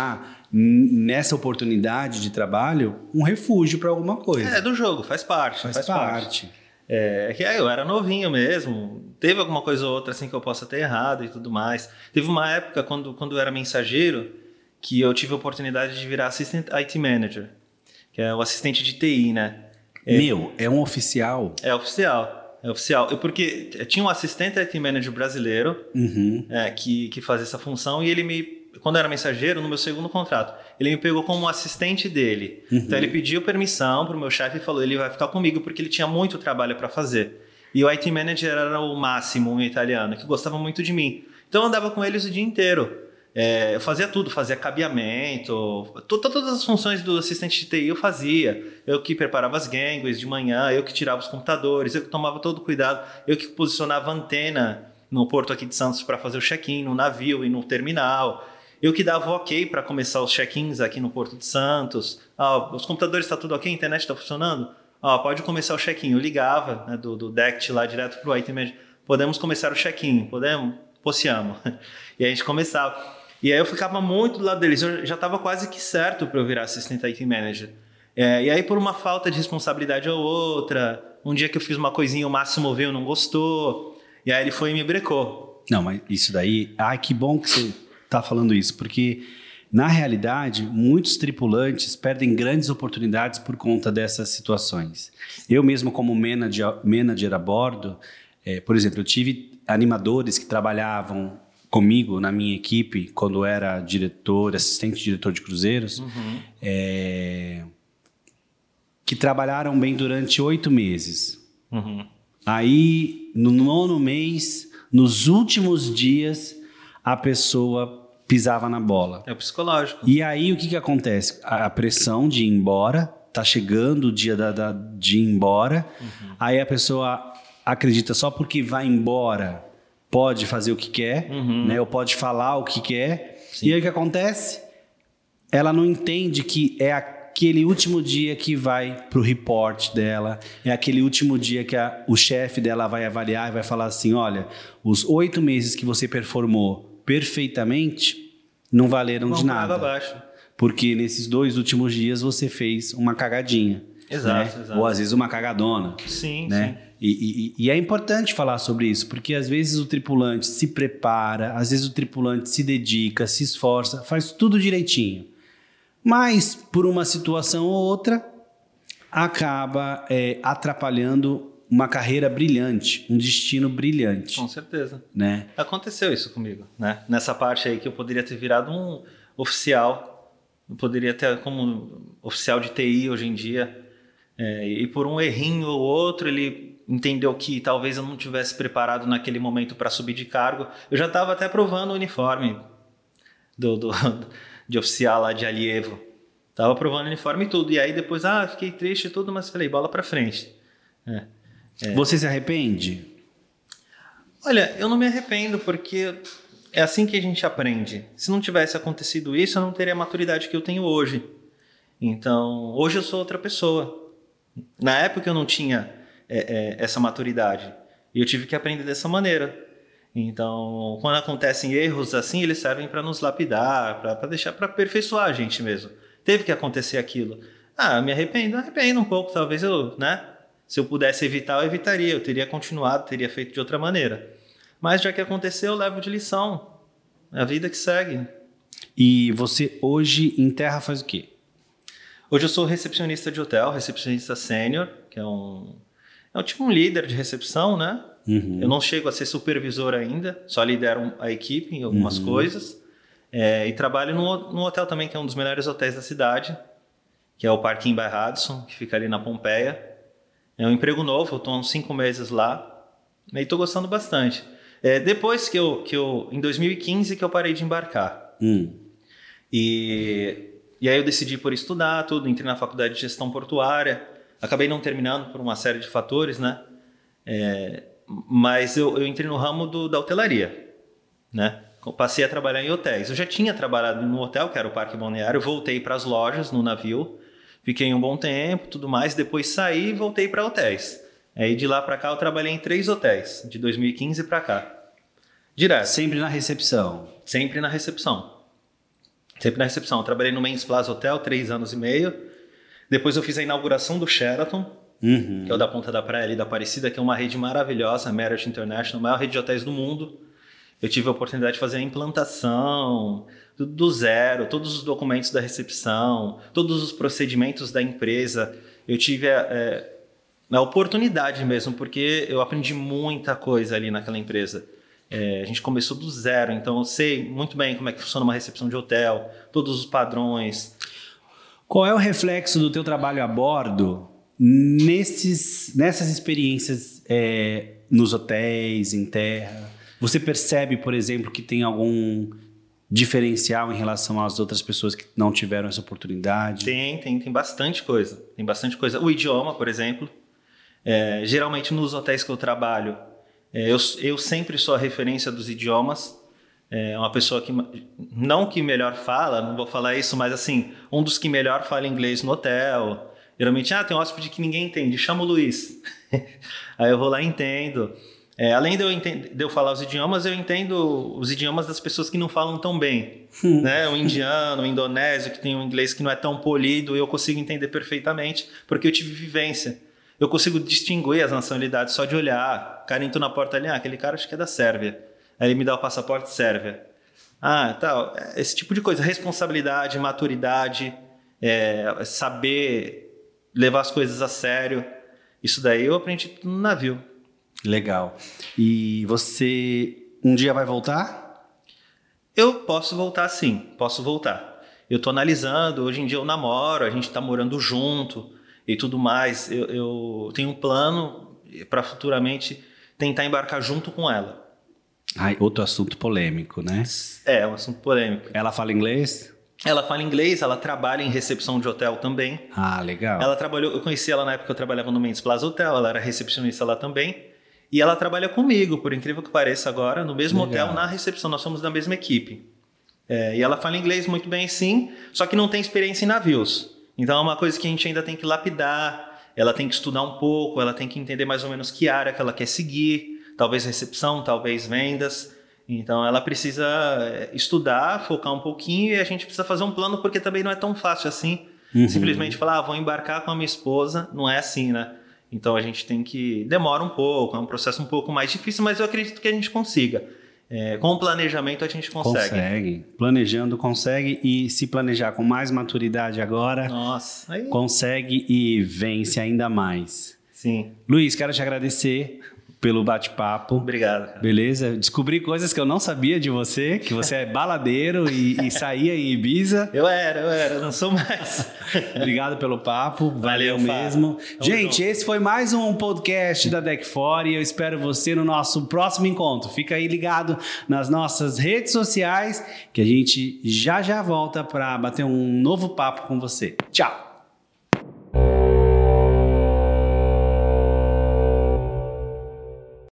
[SPEAKER 1] nessa oportunidade de trabalho, um refúgio para alguma coisa.
[SPEAKER 2] É, do jogo, faz parte.
[SPEAKER 1] Faz,
[SPEAKER 2] faz
[SPEAKER 1] parte.
[SPEAKER 2] parte. É, que eu era novinho mesmo, teve alguma coisa ou outra assim que eu possa ter errado e tudo mais. Teve uma época, quando, quando eu era mensageiro, que eu tive a oportunidade de virar Assistant I T Manager, que é o assistente de T I, né? É,
[SPEAKER 1] Meu, é um oficial?
[SPEAKER 2] É oficial, é oficial. Eu, porque tinha um assistente I T Manager brasileiro
[SPEAKER 1] uhum.
[SPEAKER 2] é, que, que fazia essa função e ele me... Quando eu era mensageiro, no meu segundo contrato, ele me pegou como assistente dele. Uhum. Então, ele pediu permissão para o meu chefe e falou, ele vai ficar comigo porque ele tinha muito trabalho para fazer. E o I T Manager era o Máximo, um italiano, que gostava muito de mim. Então, eu andava com eles o dia inteiro. É, eu fazia tudo, fazia cabeamento, to, todas as funções do assistente de T I eu fazia. Eu que preparava as gangways de manhã, eu que tirava os computadores, eu que tomava todo o cuidado, eu que posicionava a antena no porto aqui de Santos para fazer o check-in, no navio e no terminal. Eu que dava o ok para começar os check-ins aqui no Porto de Santos. Ah, os computadores estão tudo ok, a internet está funcionando? Ah, pode começar o check-in. Eu ligava, né, do, do D E C T lá direto para o I T Manager. Podemos começar o check-in? Podemos? Possiamo. E aí a gente começava. E aí eu ficava muito do lado deles. Eu já estava quase que certo para eu virar assistente I T Manager. É, e aí por uma falta de responsabilidade ou outra, um dia que eu fiz uma coisinha, o Máximo veio e não gostou. E aí ele foi e me brecou.
[SPEAKER 1] Não, mas isso daí... Ai, que bom que você... tá falando isso, porque na realidade muitos tripulantes perdem grandes oportunidades por conta dessas situações. Eu mesmo como manager, manager a bordo, é, por exemplo, eu tive animadores que trabalhavam comigo na minha equipe quando eu era diretor, assistente diretor de cruzeiros, uhum. é, que trabalharam bem durante oito meses.
[SPEAKER 2] Uhum.
[SPEAKER 1] Aí no nono mês, nos últimos dias, a pessoa pisava na bola.
[SPEAKER 2] É o psicológico.
[SPEAKER 1] E aí o que, que acontece? A, a pressão de ir embora, tá chegando o dia da, da, de ir embora, uhum. Aí a pessoa acredita só porque vai embora pode fazer o que quer, uhum. né? Ou pode falar o que quer. Sim. E aí o que acontece? Ela não entende que é aquele último dia que vai pro report dela, é aquele último dia que a, o chefe dela vai avaliar e vai falar assim, olha, os oito meses que você performou perfeitamente, não valeram
[SPEAKER 2] Vamos
[SPEAKER 1] de nada.
[SPEAKER 2] Abaixo.
[SPEAKER 1] Porque nesses dois últimos dias você fez uma cagadinha.
[SPEAKER 2] Exato,
[SPEAKER 1] né?
[SPEAKER 2] exato.
[SPEAKER 1] Ou às vezes uma cagadona.
[SPEAKER 2] Sim,
[SPEAKER 1] né?
[SPEAKER 2] sim.
[SPEAKER 1] E, e, e é importante falar sobre isso, porque às vezes o tripulante se prepara, às vezes o tripulante se dedica, se esforça, faz tudo direitinho. Mas, por uma situação ou outra, acaba é, atrapalhando uma carreira brilhante, um destino brilhante.
[SPEAKER 2] Com certeza.
[SPEAKER 1] Né?
[SPEAKER 2] Aconteceu isso comigo, né? Nessa parte aí que eu poderia ter virado um oficial, eu poderia ter como oficial de T I hoje em dia, é, e por um errinho ou outro ele entendeu que talvez eu não tivesse preparado naquele momento para subir de cargo. Eu já estava até provando o uniforme do, do, de oficial lá de Alievo. Tava provando o uniforme e tudo. E aí depois, ah, fiquei triste e tudo, mas falei, bola para frente. É. É.
[SPEAKER 1] Você se arrepende?
[SPEAKER 2] Olha, eu não me arrependo porque é assim que a gente aprende. Se não tivesse acontecido isso, eu não teria a maturidade que eu tenho hoje. Então, hoje eu sou outra pessoa. Na época eu não tinha é, é, essa maturidade e eu tive que aprender dessa maneira. Então, quando acontecem erros assim, eles servem para nos lapidar, para deixar, para aperfeiçoar a gente mesmo. Teve que acontecer aquilo. Ah, me arrependo, arrependo um pouco, talvez eu, né? Se eu pudesse evitar, eu evitaria. Eu teria continuado, teria feito de outra maneira. Mas já que aconteceu, eu levo de lição. É a vida que segue.
[SPEAKER 1] E você hoje em terra faz o quê?
[SPEAKER 2] Hoje eu sou recepcionista de hotel, recepcionista sênior, que é um, é um tipo um líder de recepção, né? Uhum. Eu não chego a ser supervisor ainda, só lidero a equipe em algumas uhum. coisas. É, e trabalho num, num hotel também, que é um dos melhores hotéis da cidade, que é o Parque by Radisson, que fica ali na Pompeia. É um emprego novo, eu estou há uns cinco meses lá e estou gostando bastante. É, depois que eu, que eu... Em dois mil e quinze que eu parei de embarcar.
[SPEAKER 1] Hum.
[SPEAKER 2] E, e aí eu decidi por estudar tudo, entrei na faculdade de gestão portuária. Acabei não terminando por uma série de fatores, né? É, mas eu, eu entrei no ramo do, da hotelaria, né? Eu passei a trabalhar em hotéis. Eu já tinha trabalhado no hotel, que era o Parque Balneário, voltei para as lojas no navio. Fiquei um bom tempo, tudo mais, depois saí e voltei para hotéis. Aí de lá para cá eu trabalhei em três hotéis, de dois mil e quinze para cá. Direto.
[SPEAKER 1] Sempre na recepção?
[SPEAKER 2] Sempre na recepção. Sempre na recepção. Eu trabalhei no Men's Plaza Hotel três anos e meio. Depois eu fiz a inauguração do Sheraton, uhum. que é o da Ponta da Praia ali da Aparecida, que é uma rede maravilhosa, a Marriott International, a maior rede de hotéis do mundo. Eu tive a oportunidade de fazer a implantação do, do zero, todos os documentos da recepção, todos os procedimentos da empresa. Eu tive a, é, a oportunidade mesmo, porque eu aprendi muita coisa ali naquela empresa. É, a gente começou do zero, então eu sei muito bem como é que funciona uma recepção de hotel, todos os padrões.
[SPEAKER 1] Qual é o reflexo do teu trabalho a bordo nesses, nessas experiências é, nos hotéis, em terra? Você percebe, por exemplo, que tem algum diferencial em relação às outras pessoas que não tiveram essa oportunidade?
[SPEAKER 2] Tem, tem, tem bastante coisa. Tem bastante coisa. O idioma, por exemplo. É, geralmente nos hotéis que eu trabalho, é, eu, eu sempre sou a referência dos idiomas. É uma pessoa que, não que melhor fala, não vou falar isso, mas assim, um dos que melhor fala inglês no hotel. Geralmente, ah, tem um hóspede que ninguém entende, chama o Luiz. Aí eu vou lá e entendo. É, além de eu, entender, de eu falar os idiomas, eu entendo os idiomas das pessoas que não falam tão bem. Hum. Né? O indiano, o indonésio, que tem um inglês que não é tão polido, eu consigo entender perfeitamente, porque eu tive vivência. Eu consigo distinguir as nacionalidades só de olhar. O cara entrou na porta ali, ah, aquele cara acho que é da Sérvia. Aí ele me dá o passaporte Sérvia. Ah, tal. Esse tipo de coisa. Responsabilidade, maturidade, é, saber levar as coisas a sério. Isso daí eu aprendi tudo no navio.
[SPEAKER 1] Legal. E você um dia vai voltar?
[SPEAKER 2] Eu posso voltar sim, posso voltar. Eu tô analisando, hoje em dia eu namoro, a gente tá morando junto e tudo mais. Eu, eu tenho um plano para futuramente tentar embarcar junto com ela.
[SPEAKER 1] Ai, outro assunto polêmico, né?
[SPEAKER 2] É, um assunto polêmico.
[SPEAKER 1] Ela fala inglês?
[SPEAKER 2] Ela fala inglês, ela trabalha em recepção de hotel também.
[SPEAKER 1] Ah, legal.
[SPEAKER 2] Ela trabalhou, eu conheci ela na época que eu trabalhava no Men's Plaza Hotel, ela era recepcionista lá também. E ela trabalha comigo, por incrível que pareça agora, no mesmo legal. Hotel, na recepção, nós somos da mesma equipe. É, e ela fala inglês muito bem sim, só que não tem experiência em navios. Então é uma coisa que a gente ainda tem que lapidar, ela tem que estudar um pouco, ela tem que entender mais ou menos que área que ela quer seguir. Talvez recepção, talvez vendas. Então ela precisa estudar, focar um pouquinho e a gente precisa fazer um plano porque também não é tão fácil assim. Uhum. Simplesmente falar, ah, vou embarcar com a minha esposa, não é assim, né? Então a gente tem que... Demora um pouco, é um processo um pouco mais difícil, mas eu acredito que a gente consiga. É, com o planejamento a gente consegue.
[SPEAKER 1] Consegue. Planejando consegue e se planejar com mais maturidade agora,
[SPEAKER 2] Nossa, aí...
[SPEAKER 1] consegue e vence ainda mais.
[SPEAKER 2] Sim.
[SPEAKER 1] Luiz, quero te agradecer pelo bate-papo.
[SPEAKER 2] Obrigado, cara.
[SPEAKER 1] Beleza? Descobri coisas que eu não sabia de você, que você é baladeiro e, e saía em Ibiza.
[SPEAKER 2] Eu era, eu era, não sou mais.
[SPEAKER 1] Obrigado pelo papo, valeu, valeu mesmo.
[SPEAKER 2] Fábio.
[SPEAKER 1] Gente, esse foi mais um podcast da Deck quatro e eu espero você no nosso próximo encontro. Fica aí ligado nas nossas redes sociais que a gente já já volta para bater um novo papo com você. Tchau!